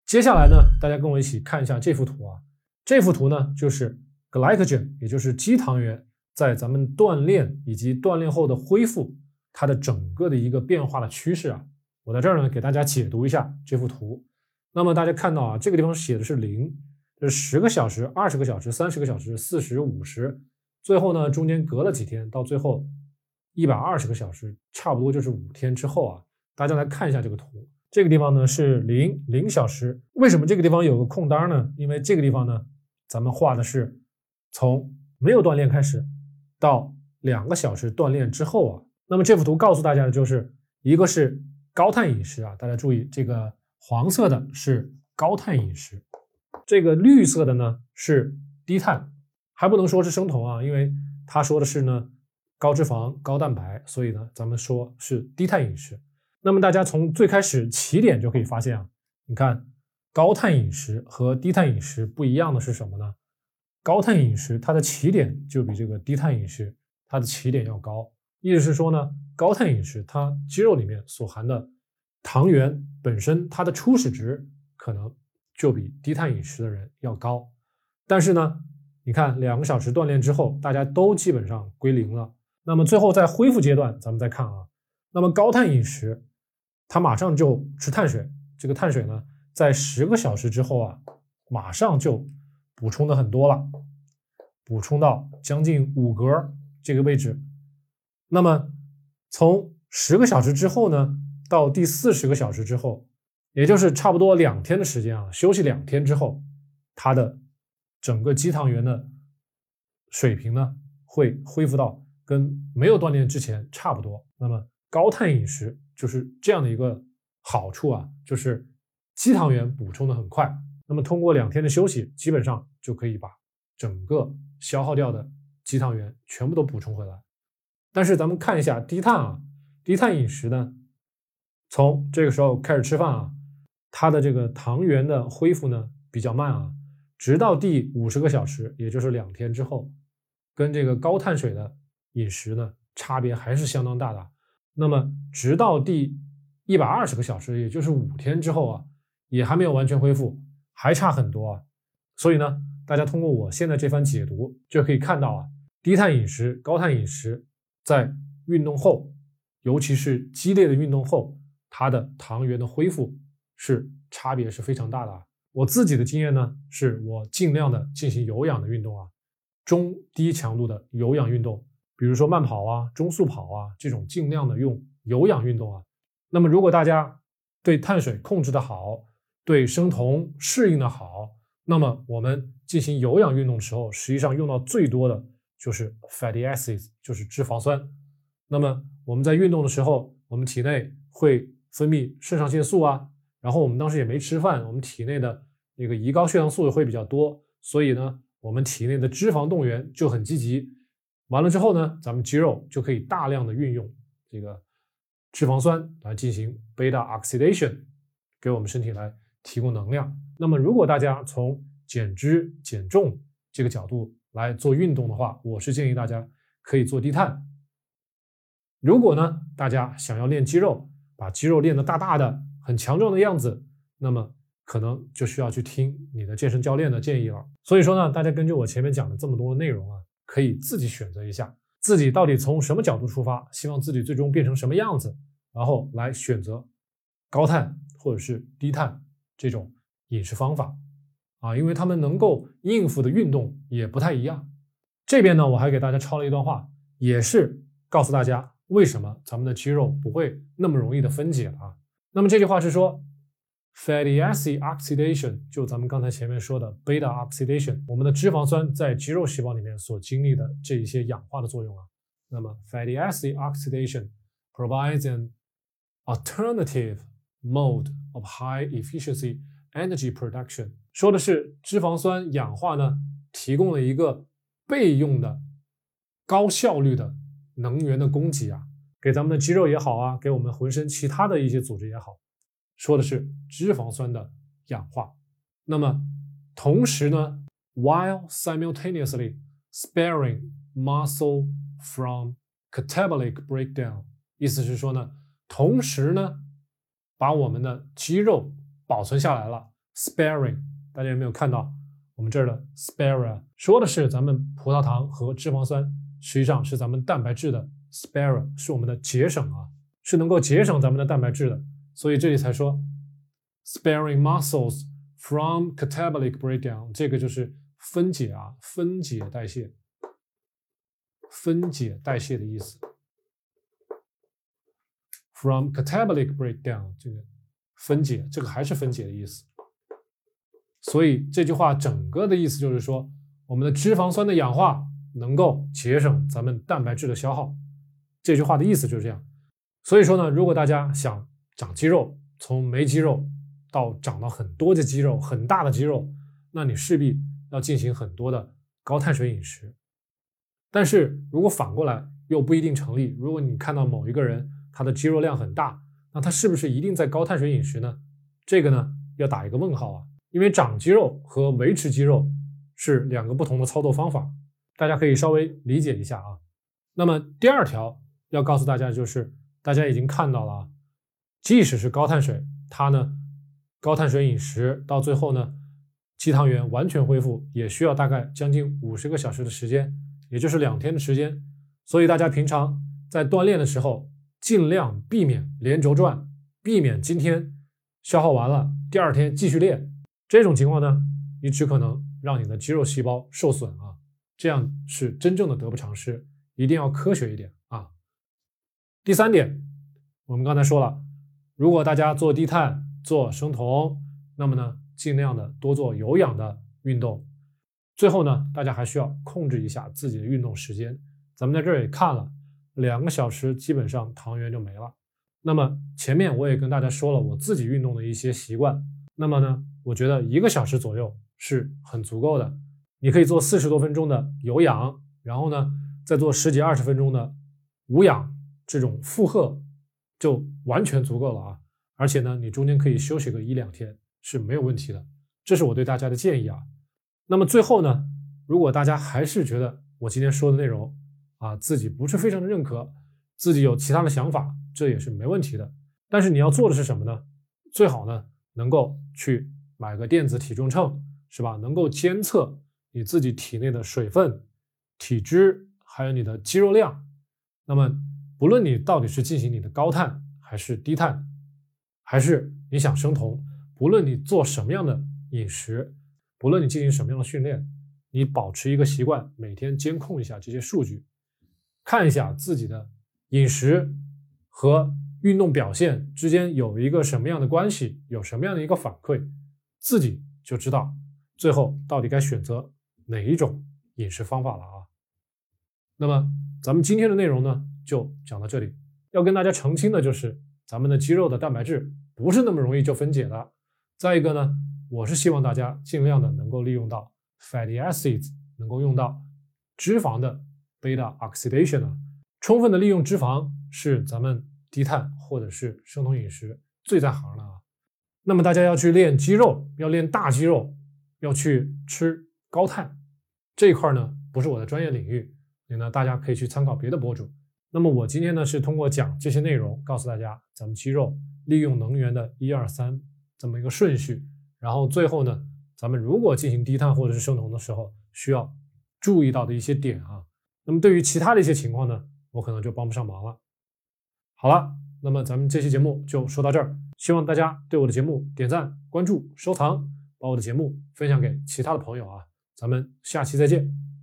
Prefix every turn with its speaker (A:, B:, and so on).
A: 接下来呢，大家跟我一起看一下这幅图啊。这幅图呢，就是 glycogen， 也就是肌糖原在咱们锻炼以及锻炼后的恢复，它的整个的一个变化的趋势啊。我在这儿呢，给大家解读一下这幅图。那么大家看到啊，这个地方写的是0，就是10个小时、20个小时、30个小时、40、50，最后呢，中间隔了几天，到最后120个小时，差不多就是5天之后啊。大家来看一下这个图。这个地方呢是0小时，为什么这个地方有个空档呢？因为这个地方呢，咱们画的是从没有锻炼开始到2个小时锻炼之后啊。那么这幅图告诉大家的就是，一个是高碳饮食啊，大家注意，这个黄色的是高碳饮食，这个绿色的呢是低碳，还不能说是生酮啊，因为他说的是呢高脂肪、高蛋白，所以呢咱们说是低碳饮食。那么大家从最开始起点就可以发现啊，你看高碳饮食和低碳饮食不一样的是什么呢？高碳饮食它的起点就比这个低碳饮食它的起点要高，意思是说呢，高碳饮食它肌肉里面所含的糖原本身它的初始值可能就比低碳饮食的人要高，但是呢，你看2个小时锻炼之后，大家都基本上归零了。那么最后在恢复阶段，咱们再看啊，那么高碳饮食它马上就吃碳水，这个碳水呢，在10个小时之后啊，马上就补充的很多了，补充到将近5格这个位置。那么从10个小时之后呢，到第40个小时之后，也就是差不多2天的时间啊，休息2天之后，它的整个肌糖原的水平呢，会恢复到跟没有锻炼之前差不多。那么高碳饮食就是这样的一个好处啊，就是肌糖原补充的很快，那么通过2天的休息，基本上就可以把整个消耗掉的肌糖原全部都补充回来。但是咱们看一下低碳啊，低碳饮食呢，从这个时候开始吃饭啊，它的这个糖原的恢复呢比较慢啊，直到第50个小时，也就是2天之后，跟这个高碳水的饮食呢差别还是相当大的。那么直到第120个小时，也就是5天之后啊，也还没有完全恢复，还差很多啊。所以呢，大家通过我现在这番解读就可以看到啊，低碳饮食、高碳饮食在运动后，尤其是激烈的运动后，它的糖原的恢复是差别是非常大的啊。我自己的经验呢，是我尽量的进行有氧的运动啊，中低强度的有氧运动，比如说慢跑啊、中速跑啊，这种尽量的用有氧运动啊。那么如果大家对碳水控制的好，对生酮适应的好，那么我们进行有氧运动的时候，实际上用到最多的就是 fatty acids， 就是脂肪酸。那么我们在运动的时候，我们体内会分泌肾上腺素啊，然后我们当时也没吃饭，我们体内的那个胰高血糖素也会比较多，所以呢，我们体内的脂肪动员就很积极。完了之后呢，咱们肌肉就可以大量的运用这个脂肪酸来进行 beta oxidation， 给我们身体来提供能量。那么如果大家从减脂减重这个角度来做运动的话，我是建议大家可以做低碳。如果呢，大家想要练肌肉，把肌肉练得大大的很强壮的样子，那么可能就需要去听你的健身教练的建议了。所以说呢，大家根据我前面讲的这么多的内容啊，可以自己选择一下自己到底从什么角度出发，希望自己最终变成什么样子，然后来选择高碳或者是低碳这种饮食方法啊，因为他们能够应付的运动也不太一样。这边呢，我还给大家抄了一段话，也是告诉大家为什么咱们的肌肉不会那么容易的分解了啊。那么这句话是说 fatty acid oxidation， 就咱们刚才前面说的 beta oxidation， 我们的脂肪酸在肌肉细胞里面所经历的这一些氧化的作用啊。那么 fatty acid oxidation provides an alternative mode of high efficiency energy production， 说的是脂肪酸氧化呢提供了一个备用的高效率的能源的供给啊，给咱们的肌肉也好啊，给我们浑身其他的一些组织也好，说的是脂肪酸的氧化。那么同时呢 while simultaneously sparing muscle from catabolic breakdown， 意思是说呢，同时呢把我们的肌肉保存下来了， sparing， 大家有没有看到我们这儿的 spare 说的是咱们葡萄糖和脂肪酸，实际上是咱们蛋白质的 spare， 是我们的节省啊，是能够节省咱们的蛋白质的，所以这里才说 sparing muscles from catabolic breakdown， 这个就是分解啊，分解代谢的意思。From catabolic breakdown， 这个分解，这个还是分解的意思。所以这句话整个的意思就是说，我们的脂肪酸的氧化能够节省咱们蛋白质的消耗。这句话的意思就是这样。所以说呢，如果大家想长肌肉，从没肌肉到长到很多的肌肉，很大的肌肉，那你势必要进行很多的高碳水饮食。但是如果反过来又不一定成立，如果你看到某一个人他的肌肉量很大，那他是不是一定在高碳水饮食呢？这个呢要打一个问号啊，因为长肌肉和维持肌肉是两个不同的操作方法，大家可以稍微理解一下啊。那么第二条要告诉大家就是，大家已经看到了啊，即使是高碳水，它呢高碳水饮食到最后呢，肌糖原完全恢复也需要大概将近50个小时的时间，也就是2天的时间。所以大家平常在锻炼的时候，尽量避免连轴转，避免今天消耗完了，第二天继续练。这种情况呢，你只可能让你的肌肉细胞受损啊，这样是真正的得不偿失，一定要科学一点啊。第3点，我们刚才说了，如果大家做低碳、做生酮，那么呢，尽量的多做有氧的运动。最后呢，大家还需要控制一下自己的运动时间。咱们在这儿也看了，2个小时基本上糖原就没了。那么前面我也跟大家说了我自己运动的一些习惯，那么呢，我觉得1个小时左右是很足够的。你可以做40多分钟的有氧，然后呢，再做10几20分钟的无氧，这种负荷就完全足够了啊。而且呢，你中间可以休息个1-2天是没有问题的，这是我对大家的建议啊。那么最后呢，如果大家还是觉得我今天说的内容啊，自己不是非常的认可，自己有其他的想法，这也是没问题的。但是你要做的是什么呢？最好呢，能够去买个电子体重秤，是吧？能够监测你自己体内的水分、体脂，还有你的肌肉量。那么不论你到底是进行你的高碳还是低碳，还是你想生酮，不论你做什么样的饮食，不论你进行什么样的训练，你保持一个习惯，每天监控一下这些数据，看一下自己的饮食和运动表现之间有一个什么样的关系，有什么样的一个反馈，自己就知道最后到底该选择哪一种饮食方法了啊。那么咱们今天的内容呢，就讲到这里。要跟大家澄清的就是，咱们的肌肉的蛋白质不是那么容易就分解的。再一个呢，我是希望大家尽量的能够利用到 fatty acids， 能够用到脂肪的 beta oxidation 啊，充分的利用脂肪是咱们低碳或者是生酮饮食最在行的啊。那么大家要去练肌肉，要练大肌肉，要去吃高碳，这一块呢不是我的专业领域，所以呢大家可以去参考别的博主。那么我今天呢是通过讲这些内容，告诉大家咱们肌肉利用能源的1、2、3这么一个顺序，然后最后呢，咱们如果进行低碳或者是生酮的时候，需要注意到的一些点啊。那么对于其他的一些情况呢，我可能就帮不上忙了。好了，那么咱们这期节目就说到这儿，希望大家对我的节目点赞、关注、收藏，把我的节目分享给其他的朋友啊。咱们下期再见。